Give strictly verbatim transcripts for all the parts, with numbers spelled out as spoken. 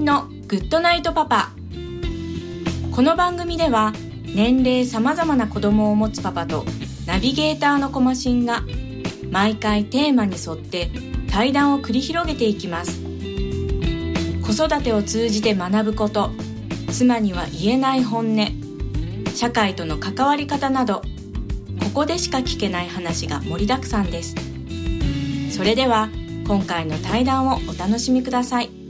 のグッドナイトパパ。この番組では年齢様々な子供を持つパパとナビゲーターのコマシンが毎回テーマに沿って対談を繰り広げていきます。子育てを通じて学ぶこと、妻には言えない本音、社会との関わり方など、ここでしか聞けない話が盛りだくさんです。それでは今回の対談をお楽しみください。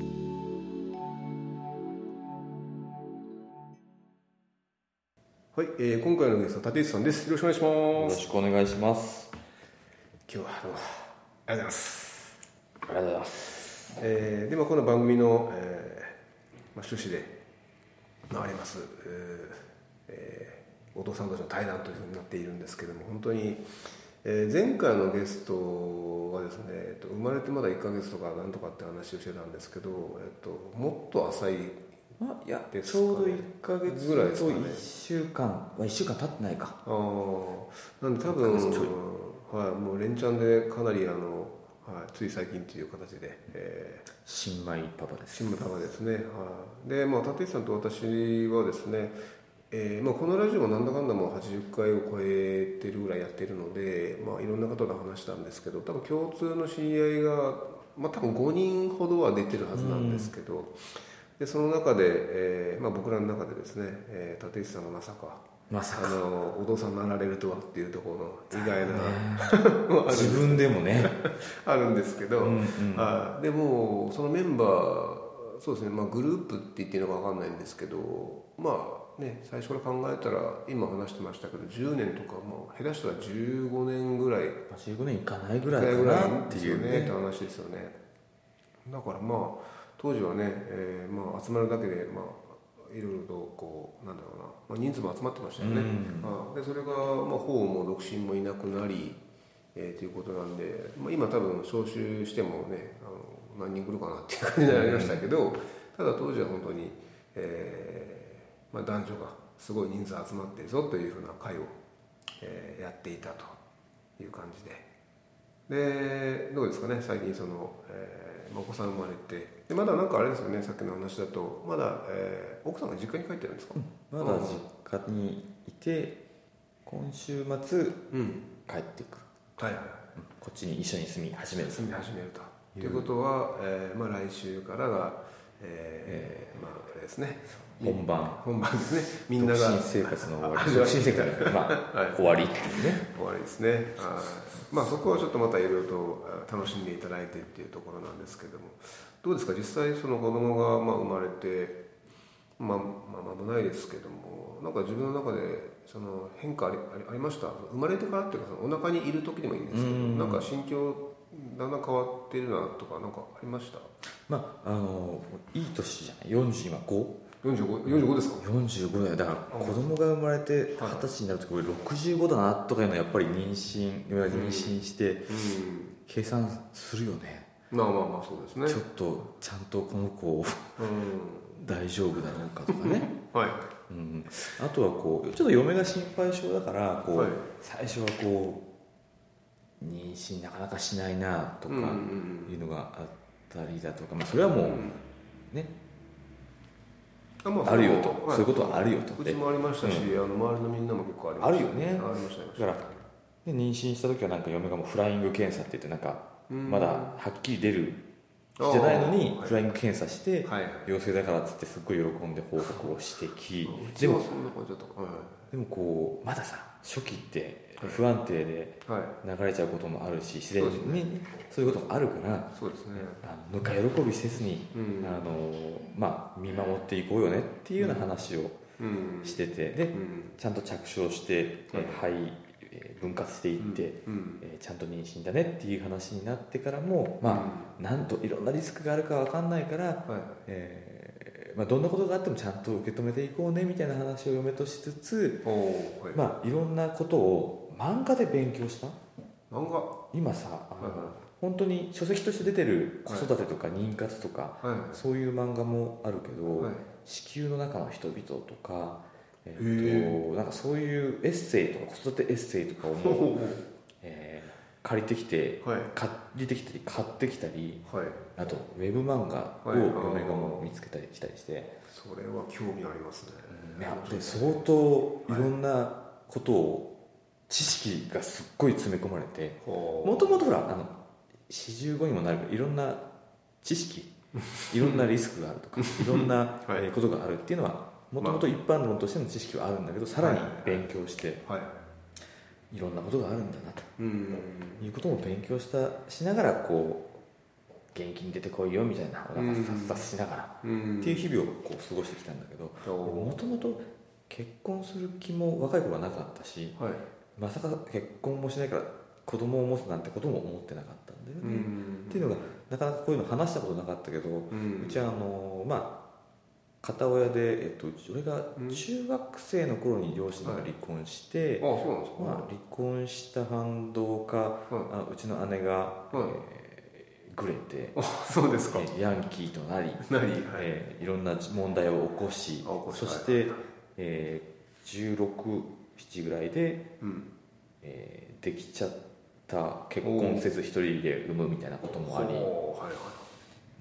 はい、えー、今回のゲストは立石さんです。よろしくお願いします。 よろしくお願いします。 今日はどうもありがとうございます。 ありがとうございます。 えー、でもこの番組の、えーまあ、趣旨で、まあ、あります、えー、お父さんたちの対談というふうになっているんですけども、本当に、えー、前回のゲストはですね、えっと、生まれてまだいっかげつとかなんとかって話をしてたんですけど、えっと、もっと浅いまあ、いや、 ね、 ちょうどいっかげつぐらいですかね。 といっしゅうかん、まあ、いっしゅうかん経ってないか。 ああ、なんで多分、はい、もう連チャンでかなりあの、はい、つい最近という形で、えー、 新米パパです。 新米パパですね。はい、で、まあ、立石さんと私はですね、えーまあ、このラジオもなんだかんだもうはちじゅっかいを超えてるぐらいやってるので、まあ、いろんな方と話したんですけど、多分共通の知り合いが、まあ、多分ごにんほどは出てるはずなんですけど、うん、でその中で、えーまあ、僕らの中でですね、えー、立石さんがまさかまさかあのお父さんになられるとはっていうところの意外な、 ね、自分でもねあるんですけど、 うんうん、 あでもそのメンバーそうですね、まあ、グループって言っていいのか分かんないんですけど、まあね、最初から考えたら今話してましたけどじゅうねんとかも下手したらじゅうごねんぐらいじゅうごねんいかないぐらいかなっていうねって話ですよね。だからまあ当時はね、えーまあ、集まるだけで、まあ、いろいろとこうなんだろうな、まあ、人数も集まってましたよね、うん、あでそれが、まあ、ほぼもう独身もいなくなり、えー、ということなんで、まあ、今多分招集してもねあの何人来るかなっていう感じになりましたけど、うん、ただ当時は本当に、えーまあ、男女がすごい人数集まってるぞというふうな会を、えー、やっていたという感じででどうですかね最近その、えーお子さん生まれてでまだなんかあれですよねさっきの話だとまだ、えー、奥さんが実家に帰ってるんですか、 うん、まだ実家にいて今週末、うん、帰ってくる、 はいはい、 うん、こっちに一緒に住み始める住み始めるとということは、えーまあ、来週からが、えーえー、まああれですね本番本番ですねみんなが独身生活の終わり独身生活の、まあはい、終わりっていうね終わりですねあまあそこはちょっとまたいろいろと楽しんでいただいてっていうところなんですけどもどうですか実際その子供がまあ生まれてまあまあ間もないですけどもなんか自分の中でその変化あり、ありました生まれてからっていうかそのお腹にいる時でもいいんですけどなんか心境だんだん変わってるなとかなんかありましたまああのいい年じゃないよんじゅう今ごよんじゅうご、よんじゅうごですかよんじゅうごだよだから子供が生まれてはたちになるとこれろくじゅうごだなとかいうのはやっぱり妊娠妊娠して計算するよね、 うん、まあまあまあそうですねちょっとちゃんとこの子、うん、大丈夫だろうかとかねはい、 うん、あとはこうちょっと嫁が心配性だからこう、はい、最初はこう妊娠なかなかしないなとかいうのがあったりだとか、まあ、それはもうねあ, まあ、 あるよと、 はい、 そういうことはあるよとうちもありましたし、うん、あの周りのみんなも結構ありました、 あるよねありましただからで妊娠した時はなんか嫁がもうフライング検査って言ってなんかまだはっきり出る日じゃないのにフライング検査して、はいはい、陽性だからっつってすっごい喜んで報告をしてきでもそんな感じだったか、はい、 でもこうまださ初期って不安定で流れちゃうこともあるし自然に、ね、そういうこともあるからそうですねぬか喜びせずに、うん、あのまあ、見守っていこうよねっていうような話をしてて、うん、で、うん、ちゃんと着床して、うん、肺分割していって、うんえー、ちゃんと妊娠だねっていう話になってからも、まあ、なんといろんなリスクがあるか分かんないから、はいえーまあ、どんなことがあってもちゃんと受け止めていこうねみたいな話を嫁としつつ、はいまあ、いろんなことを漫画で勉強した漫画今さあの、はいはい、本当に書籍として出てる子育てとか妊活とか、はい、そういう漫画もあるけど、はい、子宮の中の人々とか、えー、となんかそういうエッセイとか子育てエッセイとかをもう、え借りてきて、 はい、 借りてきたり買ってきたり、 はい、 あとウェブ漫画を嫁がも見つけたりしたりして、はい、 それは興味ありますね。 いやで相当いろんなことを、知識がすっごい詰め込まれて、もともとほらあのよんじゅうごにもなるからいろんな知識いろんなリスクがあるとかいろんなことがあるっていうのはもともと一般論としての知識はあるんだけど、さらに勉強して、はいはい、いろんなことがあるんだなと、うん、いうことも勉強したしながらこう元気に出てこいよみたいなお腹さっさしながら、うん、っていう日々をこう過ごしてきたんだけど、もともと結婚する気も若い頃はなかったし、はい、まさか結婚もしないから子供を持つなんてことも思ってなかったんだよね、うん、っていうのがなかなかこういうの話したことなかったけど、うん、うちはあのまあ片親で、えっと、俺が中学生の頃に両親が離婚して、はい、ああそうなんですか、まあ、離婚した反動か、はい、あうちの姉が、はいえー、グレてあそうですか、 ヤンキーとなりなり、はいえー、いろんな問題を起こし、そして、はいえー、じゅうろく、ななぐらいで、うんえー、できちゃった結婚せず一人で産むみたいなこともあり、はいはい、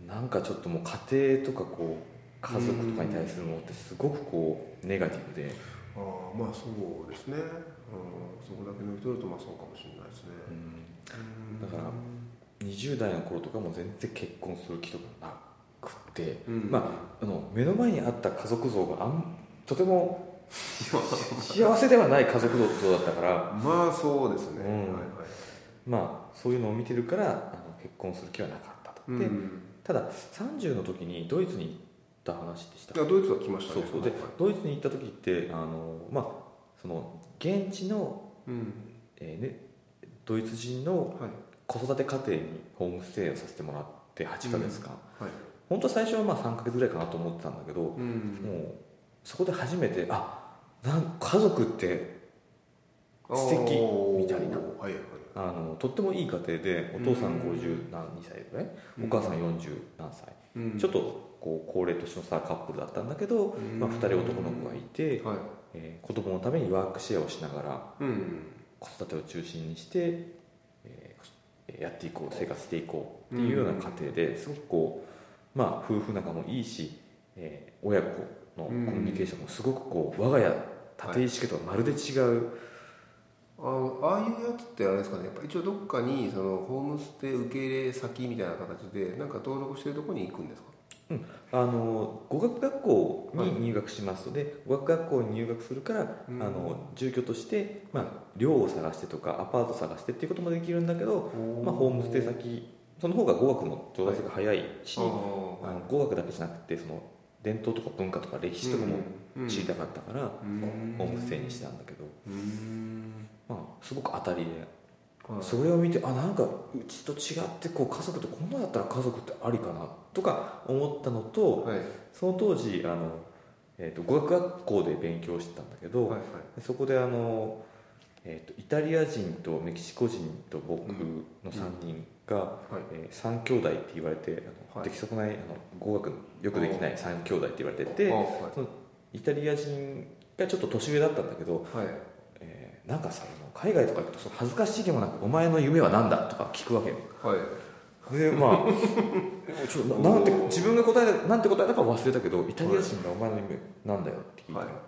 なんかちょっともう家庭とかこう家族とかに対するものってすごくこうネガティブで、 ああまあそうですね、うん、そこだけ抜いとるとまあそうかもしれないですね、 うん、だからにじゅう代の頃とかも全然結婚する気とかなくて、うん、まああの目の前にあった家族像があんとても幸せではない家族像だったからまあそうですね、うんはいはい、 まあそういうのを見てるからあの結婚する気はなかったと、うん、でたださんじゅうの時にドイツに行った話でした。 いやドイツは来ましたね。 そうそうで、はい、ドイツに行った時ってあのまあその現地の、うんえーね、ドイツ人の子育て家庭にホームステイをさせてもらってはちかげつかん、うんはい、本当は最初はまあさんかげつぐらいかなと思ってたんだけど、うん、もうそこで初めてあなん家族って素敵みたいな、はいはい、あのとってもいい家庭でお父さんごじゅうなんにさいぐらい、うん、お母さんよんじゅうなんさい、うん、ちょっとこう高齢年の差カップルだったんだけど、うんまあ、ふたり男の子がいて、はいえー、子供のためにワークシェアをしながら、うん、子育てを中心にして、えー、やっていこう生活していこうっていうような家庭ですごくこう、まあ、夫婦仲もいいし、えー、親子のコミュニケーションもすごくこう我が家立石家とはまるで違う、はいああいうやつってあれですかねやっぱ一応どっかにそのホームステイ受け入れ先みたいな形でなんか登録してるところに行くんですか？ うん、あの語学学校に入学しますので、はい、語学学校に入学するから、うん、あの住居として、まあ、寮を探してとかアパート探してっていうこともできるんだけど、まあ、ホームステイ先その方が語学の上達が早いし、はい、あの語学だけじゃなくてその伝統とか文化とか歴史とかも知りたかったから、うん、ホームステイにしたんだけど、うんまあ、すごく当たりで、はい、それを見てあなんかうちと違ってこう家族ってこんなだったら家族ってありかなとか思ったのと、はい、その当時あの、えー、と語学学校で勉強してたんだけど、はいはい、そこであの、えー、とイタリア人とメキシコ人と僕のさんにんが、うんうんはいえー、三兄弟って言われてあの、はい、出来損ないあの語学よくできない三兄弟って言われてて、はい、そのイタリア人がちょっと年上だったんだけど、はいえー、なんかさ海外とか行くとその恥ずかしげもなく「お前の夢は何だ?」とか聞くわけよ、はいでまあちょっとなんて自分が答えたなんて答えたか忘れたけどイタリア人が「お前の夢なんだよ」って聞いたら、はい、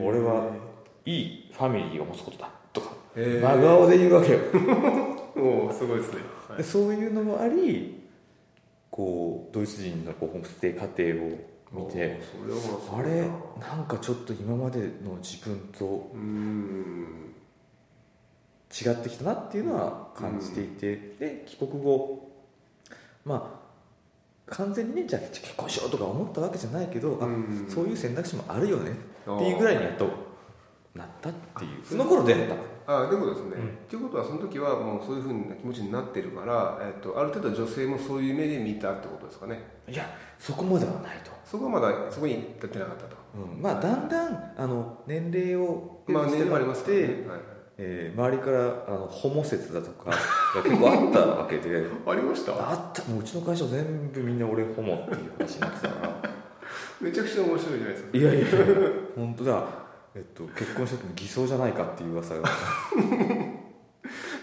俺はいいファミリーを持つことだとか真顔で言うわけよおすごいですね、 はい、でそういうのもありこうドイツ人のこうホームステイ家庭を見てあれなんかちょっと今までの自分とうん違ってきたなっていうのは感じていて、で帰国後まあ完全にねじゃあ結婚しようとか思ったわけじゃないけど、あそういう選択肢もあるよねっていうぐらいにやっとなったっていうその頃出会った。 ああということですね、うん、ということはその時はもうそういうふうな気持ちになってるから、えっと、ある程度女性もそういう目で見たってことですかね。 いやそこまではないと。 そこはまだそこに至ってなかったと、 うん、まあだんだんあの年齢をまあ年齢もありますからね、はいえー、周りからあのホモ説だとかが結構あったわけでありましたあったもううちの会社全部みんな俺ホモっていう話になってたからめちゃくちゃ面白いじゃないですか。 いやいや本当だ、えっと、結婚してても偽装じゃないかっていう噂が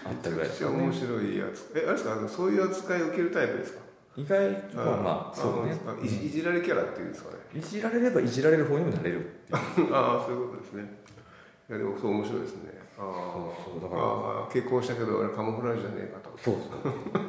あったぐらいですかね。 面白いやつ。え、あれですか、あのそういう扱いを受けるタイプですか？ 意外まあまあそうね、 いじ、いじられキャラっていうんですかね。 いじられればいじられる方にもなれるっていう。 ああ、そういうことですね。いやでもそう面白いですね。ああ、そうそうだからあ結婚したけどあれカモフラージュじゃねえかと。 そうそう。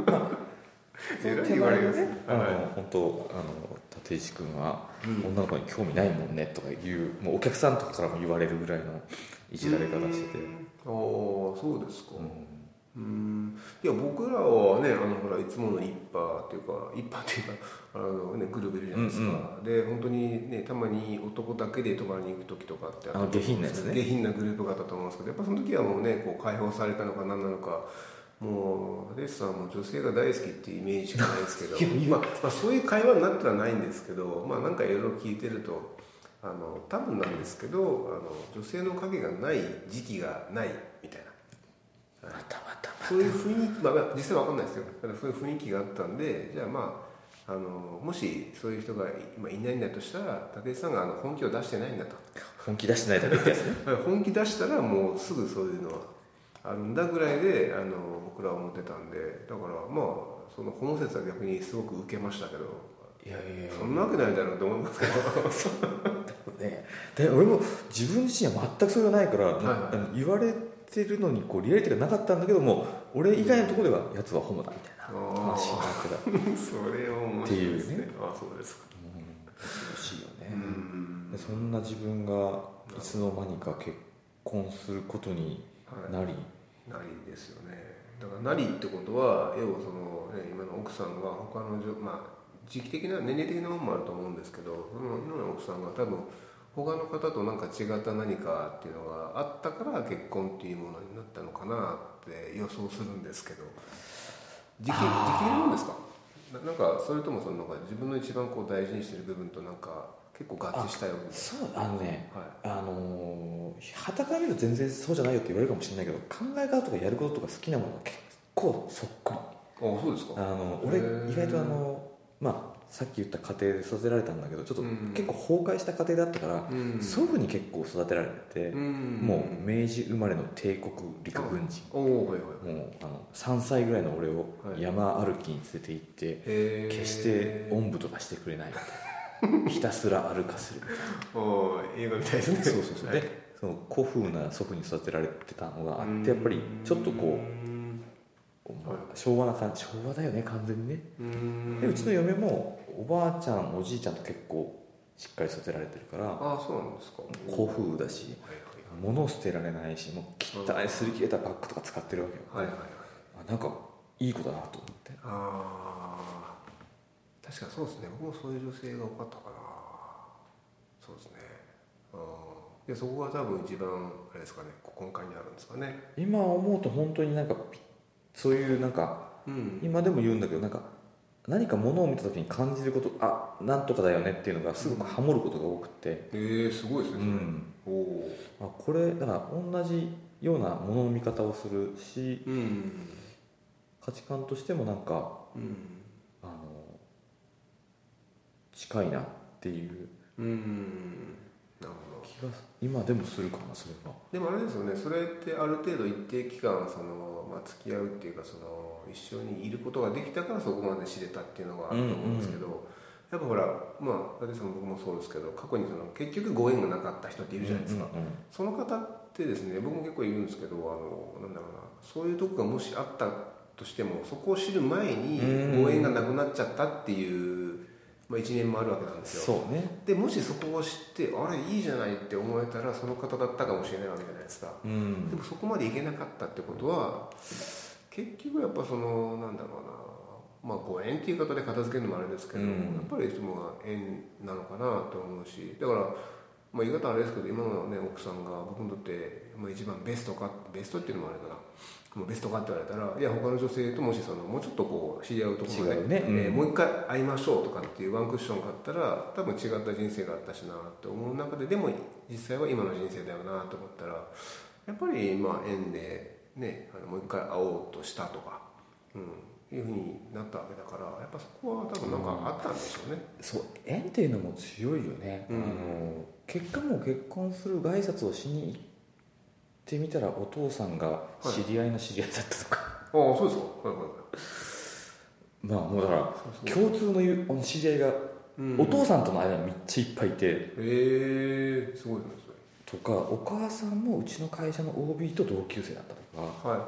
まあ、えらい言われますね。あの、はい、本当あの立石君は女の子に興味ないもんねとかいう、もうお客さんとかからも言われるぐらいのいじられ方してて。 ああ、そうですか。うんうーんいや僕らはね、あのほらいつもの一派っていうか一派っていうかあの、ね、グループいるじゃないですか、うんうん、で本当にねたまに男だけで泊まりに行く時とかってあの下品なやつね、 下品なグループがあったと思うんですけど、やっぱその時はもうねこう解放されたのか何なのか、もうレスさんも女性が大好きっていうイメージしかないですけどまあ、まあそういう会話になってはないんですけど、まあなんかいろいろ聞いてるとあの多分なんですけど、あの女性の影がない時期がないみたいな。 またまたまたそういう雰囲気、まあ、実際わかんないですよ。ただそういう雰囲気があったんで、じゃあまあ、あのもしそういう人が今いないんだとしたら、立石さんがあの本気を出してないんだと。 本気出してないだけですね。 本気出したらもうすぐそういうのはあるんだぐらいで、あの僕らは思ってたんで、だからまあそのホモ説は逆にすごく受けましたけど、 いやいやいやそんなわけないだろうと思いますけど。 ね、で俺も自分自身は全くそれがないから、はいはい、言われてるのにこうリアリティがなかったんだけども、俺以外のところではやつはホモだみたいな話になってた。 それを面白いですね。ああそうですか。 うん、恐ろしいよね。でそんな自分がいつの間にか結婚することになり、はい、 なりですよね。だからなりってことは要はその、ね、今の奥さんが他のまあ時期的な年齢的なものもあると思うんですけど、今の奥さんが多分他の方と何か違った何かっていうのがあったから結婚っていうものになったのかなって予想するんですけど、時期時期のもんですか？なんかそれともそのなんか自分の一番こう大事にしてる部分となんか結構合致したような。 そうあのね、はい、あの傍から見ると全然そうじゃないよって言われるかもしれないけど、考え方とかやることとか好きなものが結構そっくり。 あそうですか。 あの俺意外とあのまあさっき言った家庭で育てられたんだけど、ちょっと結構崩壊した家庭だったから、うん、祖父に結構育てられてて、うん、もう明治生まれの帝国陸軍人、 はいはい、もうあのさんさいぐらいの俺を山歩きに連れて行って、はい、決しておんぶとかしてくれないみたいなひたすら歩かせるみたいなお映画みたいですね。 そうそうそう、はい、でその古風な祖父に育てられてたのがあって、やっぱりちょっとこう昭和な感じ、昭和だよね完全にね。う, んでうちの嫁もおばあちゃんおじいちゃんと結構しっかり育てられてるから、 ああそうなんですか。 古風だし、はいはいはい、物を捨てられないし、もう汚い擦り切れたバッグとか使ってるわけよ、 はいはいはい、 あなんかいい子だなと思って。 ああ確かにそうですね。僕もそういう女性が多かったかな。そうですね。あでそこが多分一番あれですかね、根幹にあるんですかね。 今思うと本当になんかそういうなんか、うん、今でも言うんだけど、なんか何か物を見た時に感じること、あなんとかだよねっていうのがすごくハモることが多くて、うん、 えー、すごいですね、うん、 おあこれだから同じようなものの見方をするし、うん、価値観としてもなんか、うん、あの近いなっていう、うん、なるほど気が今でもするかな。それはでもあれですよね、それってある程度一定期間その、まあ、付き合うっていうかその一緒にいることができたからそこまで知れたっていうのがあると思うんですけど、うんうん、やっぱほらまあ舘さんも僕もそうですけど、過去にその結局ご縁がなかった人っているじゃないですか、うんうんうん、その方ってですね、僕も結構いるんですけど、あのなんだろうな、そういうとこがもしあったとしてもそこを知る前にご縁がなくなっちゃったっていうまあ、いちねんもあるわけなんですよ。 そうね。 でもしそこを知ってあれいいじゃないって思えたらその方だったかもしれないわけじゃないですか、うん、でもそこまでいけなかったってことは結局やっぱそのなんだろうな、まあご縁っていう言い方で片付けるのもあれですけど、うん、やっぱりいつもが縁なのかなと思うし、だから、まあ、言い方あれですけど今の、ね、奥さんが僕にとって、まあ、一番ベストかベストっていうのもあれだな、もうベストかって言われたら、いや他の女性ともしそのもうちょっとこう知り合うところで、ねうんえー、もう一回会いましょうとかっていうワンクッションがあったら多分違った人生があったしなって思う中で、でも実際は今の人生だよなと思ったらやっぱりまあ縁で、ね、あのもう一回会おうとしたとか、うん、いうふうになったわけだから、やっぱそこは多分なんかあったんでしょうね、 うん、そう縁っていうのも強いよね、うん、あの結果も結婚する挨拶をしに行ってみたらお父さんが知り合いの知り合いだったとか、 はい、ああそうですか、はいはい、 まあもうだから共通の知り合いがお父さんとの間にめっちゃいっぱいいて、へえー、すごいですねとか、お母さんもうちの会社の オービー と同級生だったとか、はいはい、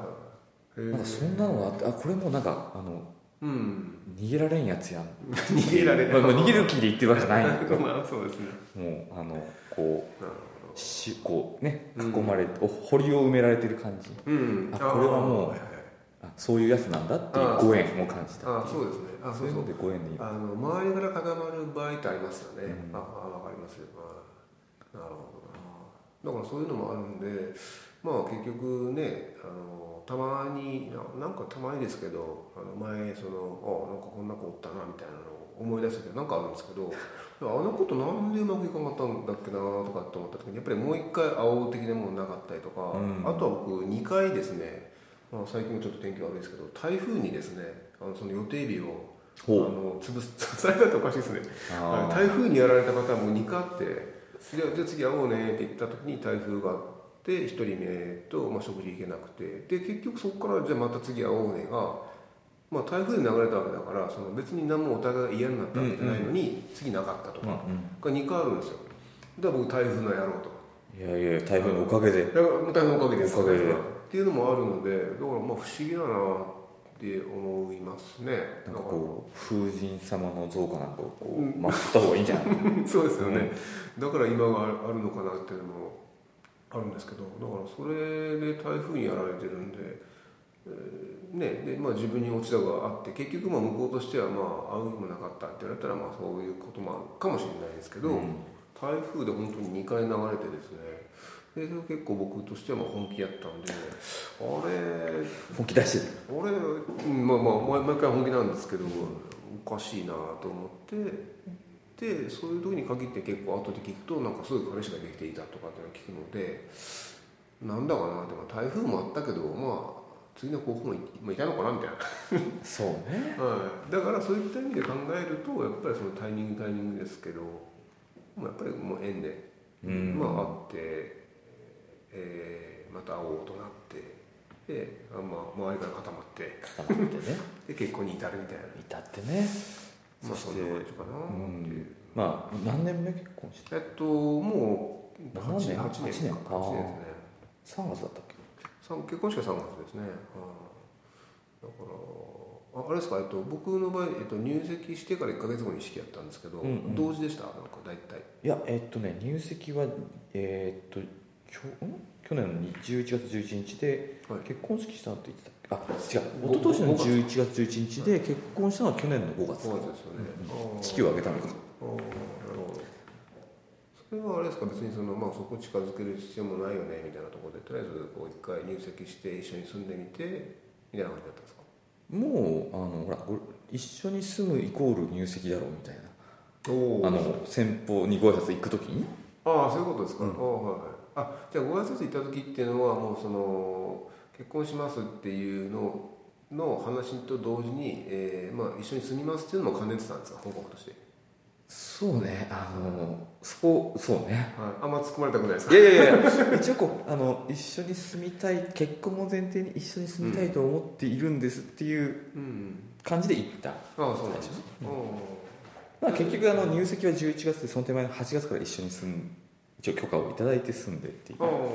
なんかそんなのがあって、あこれもなんかあの、うん、逃げられんやつやん逃げられん、 まあ、逃げる気で言ってるわけじゃないんだけどまあそうですね、もうあのこうしこうね囲まれて、うん、堀を埋められてる感じ、うん、あこれはもうあそういうやつなんだっていうご縁を感じた。 あそうですね、あそうそう、 でご縁であの周りから固まる場合ってありますよね、うん、ああ分かりますよ、なるほどな。だからそういうのもあるんで、まあ結局ね、あのたまになんかたまにですけど、あの前そのあなんかこんな子おったなみたいなのを思い出す時はなんかあるんですけど、あのことなんでうまくいかなかったんだっけなとかって思った時に、やっぱりもう一回会おう的なものなかったりとか、うん、あとは僕にかいですね、まあ、最近もちょっと天気悪いですけど、台風にですね、あのその予定日をあの潰すされたっておかしいですね。台風にやられた方もにかいあって、じゃあ次会おうねって言った時に台風があってひとりめと、まあ、食事行けなくて、で結局そこからじゃあまた次会おうねが、まあ、台風で流れたわけだから、その別に何もお互いが嫌になったわけじゃないのに、うんうん、次なかったとかがにかいあるんですよ。だから僕台風のやろうと、 いやいや台風のおかげで、 だから台風のおかげですからっていうのもあるので、だからまあ不思議だなって思いますね。 なんかこう風神様の像かなんかをこう祀った方がいいんじゃないそうですよね、うん、だから今があるのかなっていうのもあるんですけど、だからそれで台風にやられてるんで、えーねでまあ、自分に落ち度があって、結局まあ向こうとしてはまあ会う日もなかったって言われたら、まあそういうこともあるかもしれないですけど、うん、台風で本当ににかい流れてですね、で結構僕としてはまあ本気やったんで、あれ本気出してる、 俺、まあまあ毎回本気なんですけど、おかしいなと思って、でそういう時に限って結構後で聞くと、なんかすぐ彼氏ができていたとかっていうのを聞くので、なんだかなって、台風もあったけど、まあ次の候補も い, いたのかなみたいなそうね、 はい、だからそういった意味で考えると、やっぱりそのタイミングタイミングですけど、まあ、やっぱりもう縁で、うん、まあ会って、えー、また会おうとなって、で、あまあ、周りから固まって固まってねで結婚に至るみたいな、 至ってね、 まあそんな感じかなっていう、うん、 まあ何年目結婚して、 えっともうはちねんはちねんですね。さんがつだったっけ、 結婚式はさんがつですね、だからあれですか、えっと、僕の場合、えっと、入籍してからいっかげつごに式やったんですけど、うんうん、同時でした？なんか大体、 いやえっとね入籍はえー、っと去, 去年のじゅういちがつじゅういちにちで、はい、結婚式したのって言ってたっけ、あ違う、一昨年のじゅういちがつじゅういちにちで結婚したのは去年のごがつ、 ごがつですよね、 うん、式を挙げたのか。 ああなるほど。それはあれですか、別にその、まあ、そこ近づける必要もないよねみたいなところで、とりあえずこう一回入籍して一緒に住んでみてみたいな感じだったんですか？ もうあのほら一緒に住むイコール入籍だろうみたいな、あの先方にご挨拶行くときに、 ああそういうことですか、うん、あ、はい、あじゃあご挨拶行った時っていうのはもうその結婚しますっていうのの話と同時に、えーまあ、一緒に住みますっていうのも兼ねてたんですか、報告として？ そうね、あのそこそうね、 はい、あんま突っ込まれたくないですか？ いやいやいや一応こうあの一緒に住みたい、結婚を前提に一緒に住みたいと思っているんですっていう感じで行った、 うんうん、ああそうなんですね、うん、 まあ、結局あの入籍はじゅういちがつで、その手前のはちがつから一緒に住ん一応許可をいただいて住んでっていう。 ああなるほ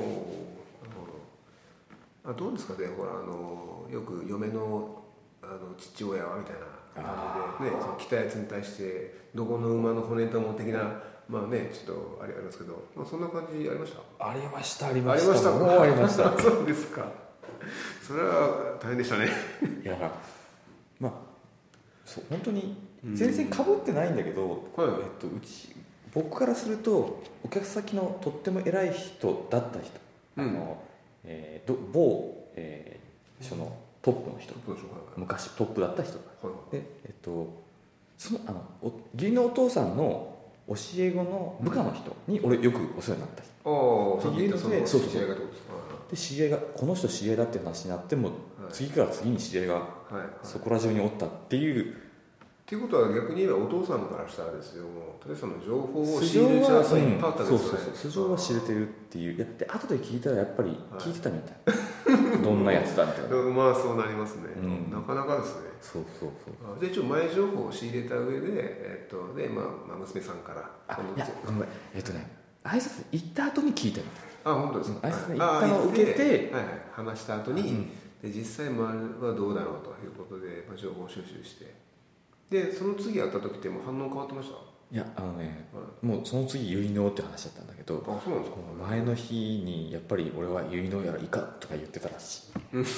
ど。あどうですかね、ほらあのよく嫁のあの父親はみたいな感じで、ね、その来たやつに対してどこの馬の骨とも的な、まあね、ちょっとあれありますけど、まあ、そんな感じありました？ ありましたありましたありましたもうありましたそうですか、それは大変でしたねいやまあそう本当に全然かぶってないんだけど、うん、はい、えっと、うち僕からするとお客先のとっても偉い人だった人、うん、あのえー、ど某、えー、そのトップの人、うん、昔トップだった人、はい、でえっとそのあのお義理のお父さんの教え子の部下の人に俺よくお世話になった人、 ああさっき言ったそのそうそう知り合いがってことですか？ で知り合いがこの人知り合いだって話になっても、はい、次から次に知り合いがそこら中におったっていうっていうことは逆に言えばお父さんからしたらですよ、もうトヨさんの情報を仕入れチャンスはいっぱいあったんですよね。 素性は知れてるっていう。いやで後で聞いたらやっぱり聞いてたみたい、はい、どんなやつだみたいなまあそうなりますね、うん、なかなかですね。 そうそうそう。 で一応前情報を仕入れた上で、えっとでまあ、まあ娘さんからあいやごめんえっとね挨拶行った後に聞いたみたいな。 あ本当ですか。 挨拶行ったのを受けて、 はいはい、話した後に、うん、で実際周りはどうだろうということで、まあ、情報収集して、でその次会った時ってもう反応変わってました？ いやあのね、はい、もうその次結納って話だったんだけど、 あそうなんですか。 前の日にやっぱり俺は結納やらいかとか言ってたらしい。はい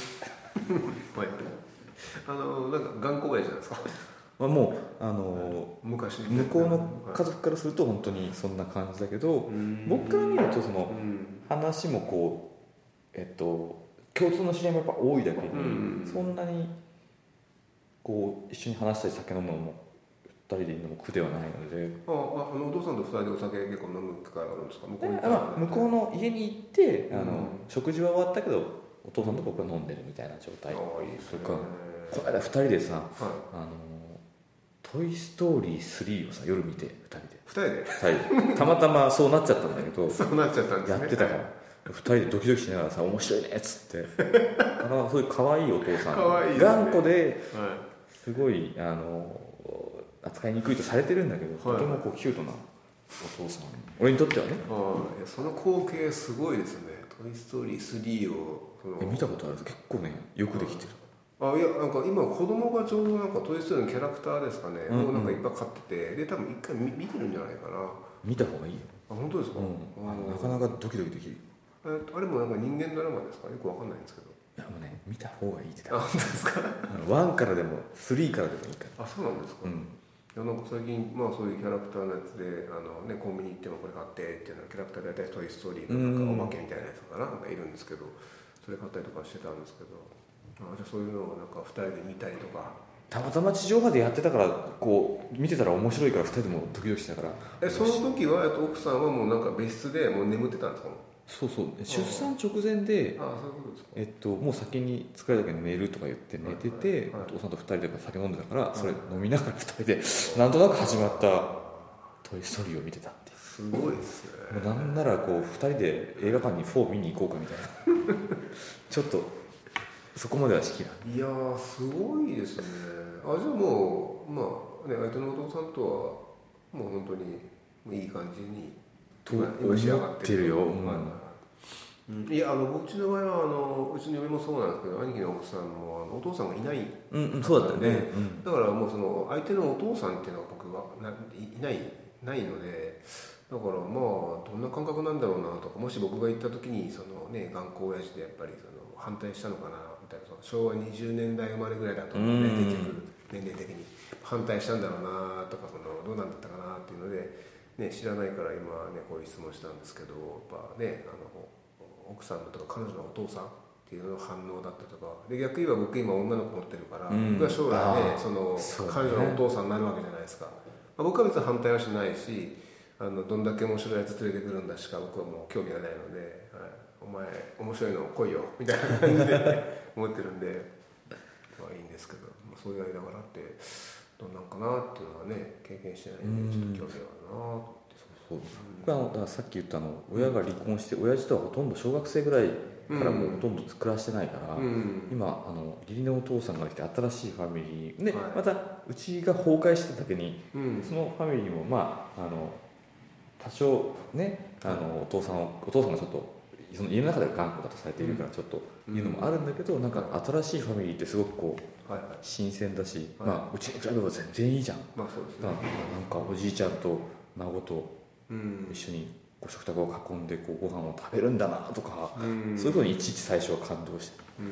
あのなんか頑固親父なんですか。 まあ、もうあの昔向こうの家族からすると本当にそんな感じだけど、僕から見るとその話もこうえっと共通の知り合いもやっぱ多いだけに、そんなにこう一緒に話したり酒飲むのもふたりでいるのも苦ではないので。 あああのお父さんとふたりでお酒結構飲む機会があるんですか。向こうにあ向こうの家に行ってあの、うん、食事は終わったけどお父さんと僕は飲んでるみたいな状態とか、この間ふたりでさ、はい、あのトイ・ストーリースリーをさ夜見てふたりでふたりでふたりでたまたまそうなっちゃったんだけどそうなっちゃったんですね。 やってたから、はい、ふたりでドキドキしながらさ面白いねっつってあのそういう可愛いお父さんかわいいですね、 頑固ですごいあの扱いにくいとされてるんだけど、はい、とてもこうキュートなお父さん、俺にとってはね。 あいやその光景すごいですね。トイ・ストーリースリーをそのえ見たことある。結構ねよくできてる。 あいやなんか今子供がちょうどなんかトイ・ストーリーのキャラクターですかね、うんうん、もうなんかいっぱい飼ってて、で多分一回 見, 見てるんじゃないかな。 見た方がいいよ。 あ本当ですか、うん、 あなかなかドキドキできる。 あれもなんか人間ドラマですか。よくわかんないんですけど。 いやもうね見た方がいいって。 あ本当ですか。 ワンからでもスリーからでもいいから。 あそうなんですか、うん、いやなんか最近、まあ、そういうキャラクターのやつであの、ね、コンビニ行ってもこれ買ってっていうのはキャラクターで大体トイ・ストーリーのなんかおまけみたいなやつかな、なんかいるんですけど、それ買ったりとかしてたんですけど、あじゃあそういうのをなんかふたりで見たりとか。 たまたま地上波でやってたからこう見てたら面白いからふたりでもドキドキしたから。 えその時は奥さんはもうなんか別室でもう眠ってたんですか。 そうそう出産直前で、 ああそういうことですか。 えっと、もう先に疲れたけど寝るとか言って寝てて、はいはいはい、お父さんとふたりで酒飲んでたから、はい、それ飲みながらふたりでなんとなく始まったトイ・ストーリーを見てたっていう。 すごいですね。 もうなんならこうふたりで映画館にフォー見に行こうかみたいなちょっとそこまではしきらん。 いやーすごいですね。あじゃあもうまあね相手のお父さんとはもう本当にいい感じにと今仕上がってるよ、うんうん、いやあの僕うちの場合はあのうちの嫁もそうなんですけど兄貴の奥さんもあのお父さんがいない、 うんうん、そうだったね、 うん、だからもうその相手のお父さんっていうのは僕はないないないので、だからまあどんな感覚なんだろうなとか、もし僕が行った時にそのね頑固親父でやっぱりその反対したのかなみたいな、その昭和にじゅうねんだい生まれぐらいだと思うね、結局年齢的に反対したんだろうなとか、そのどうなんだったかなっていうので。ね、知らないから今ねこういう質問したんですけど、やっぱねあの奥さんのとか彼女のお父さんっていうのの反応だったとかで、逆に言えば僕今女の子持ってるから、うん、僕は将来ねその彼女のお父さんになるわけじゃないですか。まあ、僕は別に反対はしないし、あのどんだけ面白いやつ連れてくるんだしか僕はもう興味がないので、はい、お前面白いの来いよみたいな感じで思ってるんでまあいいんですけど、まあ、そういう間柄ってどうなんかなっていうのはね経験してないんでちょっと興味があるなと思って。 そう僕はあのだからさっき言ったあの親が離婚して親父とはほとんど小学生ぐらいからもうほとんど暮らしてないから、うん、今あの義理のお父さんが来て新しいファミリーで、はい、またうちが崩壊してただけに、うん、そのファミリーもまああの多少ねあのお父さんお父さんがちょっとその家の中では頑固だとされているからちょっというのもあるんだけど、うん、なんか新しいファミリーってすごくこう、はいはい、新鮮だし、はい、まあうちに比べれば全然いいじゃん、 まあそうですね、 なんかおじいちゃんと孫と一緒にこう食卓を囲んでこうご飯を食べるんだなとか、うん、そういうふうにいちいち最初は感動して、 うん、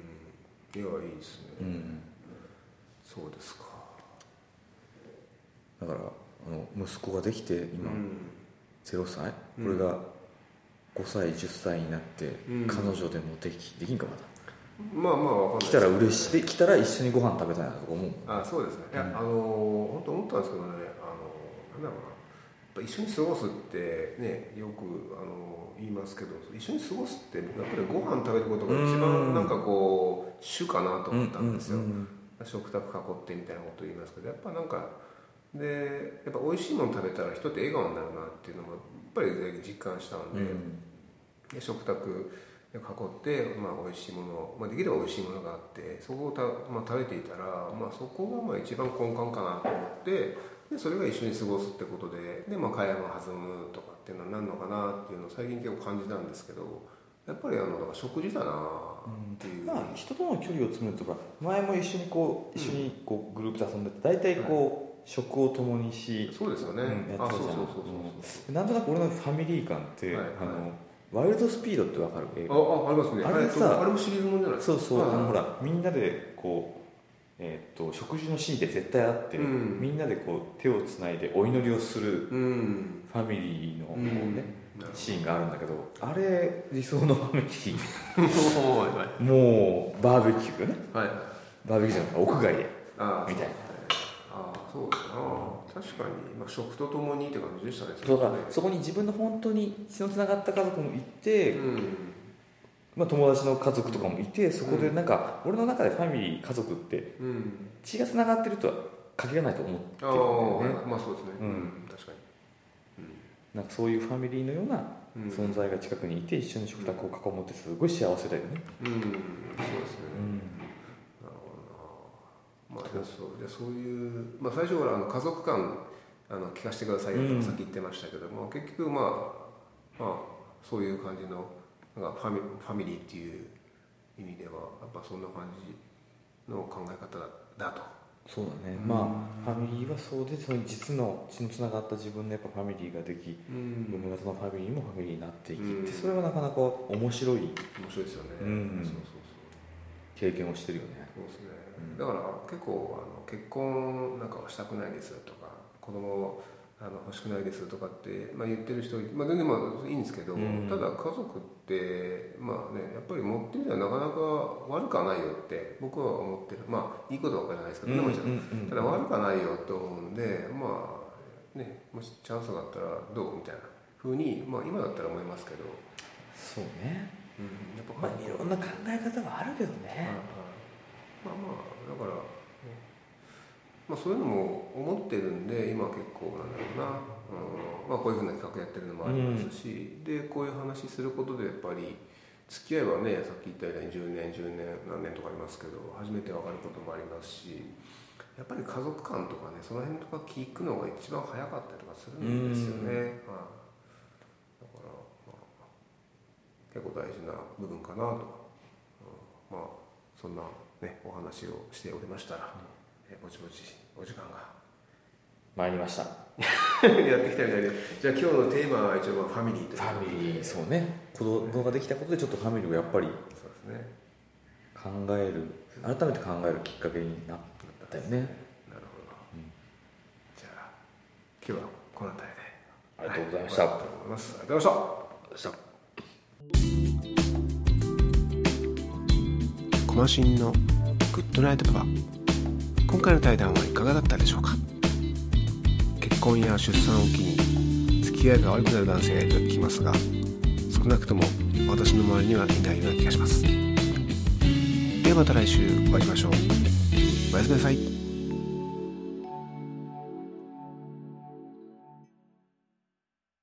いやいいですね、うん、そうですか。 だからあの息子ができて今、うん、ゼロさい、これがごさいじゅっさいになって、うん、彼女でもできできんかまだ。 まあまあわかんないです、 来たら嬉しいで来たら一緒にご飯食べたいなと思う。 あそうですね、いや、うん、あの本当思ったんですけどね、あのなんだろうな、やっぱ一緒に過ごすってねよくあの言いますけど、一緒に過ごすってやっぱりご飯食べることが一番なんかこう主かなと思ったんですよ。 食卓囲ってみたいなことを言いますけど、やっぱなんかでやっぱ美味しいもの食べたら人って笑顔になるなっていうのもやっぱり実感したんで、うん、で食卓囲って、まあ、美味しいもの、まあ、できれば美味しいものがあってそこをた、まあ、食べていたら、まあ、そこがまあ一番根幹かなと思ってでそれが一緒に過ごすってことで、で、まあ、会話が弾むとかっていうのは何のかなっていうのを最近結構感じたんですけど、やっぱりあのだから食事だなっていう、うん、まあ人との距離を詰めるとか前も一緒にこう一緒にこうグループで遊んでて大体こう、はい、食を共にしそうですよね、うん、 やってたじゃん。なんとなく俺のファミリー感って、はいはい、あのワイルドスピードってわかる映画？ あ、あ、ありますね。 あれさ、 あれもシリーズもんじゃないですか。 そうそう、あのほらみんなでこう、えー、っと食事のシーンで絶対あって、うん、みんなでこう手をつないでお祈りをするファミリーの、うんねうん、シーンがあるんだけど、あれ理想のファミリーもうバーベキューね、はい、バーベキューじゃなくて屋外でみたいな。 ああ、そうだな。確かに、まあ、食とともにって感じでしたね。 そうだ、そこに自分の本当に血のつながった家族もいて、うんまあ、友達の家族とかもいて、そこでなんか、うん、俺の中でファミリー家族って血がつながってるとは限らないと思ってるんだよね。 あ、まあそうですね、うん、確かに、 うん、なんかそういうファミリーのような存在が近くにいて一緒に食卓を囲むってすごい幸せだよね。 うん、うん、そうですね、うんまあ、そうでそういう、まあ、最初からあの家族間あの聞かせてくださいよとかさっき言ってましたけども、うん、結局、まあ、まあそういう感じのなんかファミ、ファミリーっていう意味ではやっぱそんな感じの考え方だと。 そうだね、うん、まあファミリーはそうで、その実の血のつながった自分のやっぱファミリーができ、うん、嫁方のファミリーもファミリーになっていき、うん、それはなかなか面白い面白いですよね、 うん、そうそうそう経験をしてるよね。 そうですね、だから結構あの結婚なんかはしたくないですとか子供あの欲しくないですとかって、まあ、言ってる人、まあ、全然まあいいんですけど、うん、ただ家族ってまあねやっぱり持ってみたらなかなか悪くはないよって僕は思ってる。まあいいことばっかじゃないですけど、ね、もちろんただ悪くはないよと思うんで、まあねもしチャンスがあったらどうみたいな風に、まあ、今だったら思いますけど。 そうね、うん、やっぱまあいろんな考え方はあるけどね、 まあまあだから、ねまあ、そういうのも思ってるんで今結構なんだろうな、うんまあ、こういうふうな企画やってるのもありますし、うん、でこういう話することでやっぱり付き合いはねさっき言ったようにじゅうねんじゅうねん何年とかありますけど初めて分かることもありますし、やっぱり家族間とかねその辺とか聞くのが一番早かったりとかするんですよね、うんまあ、だから、まあ、結構大事な部分かなと、うん、まあそんなね、お話をしておりましたら、えぼちぼちお時間が参りましたやってきたみたいで、じゃあ今日のテーマは一応ファミリーというファミリー、そうね、子供ができたことでちょっとファミリーをやっぱりそうですね考える改めて考えるきっかけになったよね。 なるほど、うん、じゃあ今日はこの辺りでありがとうございました、はい、 ありがとうございます。ありがとうございました。コマシンのグッドナイトパパ、今回の対談はいかがだったでしょうか。結婚や出産を機に付き合いが悪くなる男性がいると聞きますが、少なくとも私の周りにはいないような気がします。ではまた来週お会いしましょう。おやすみなさい。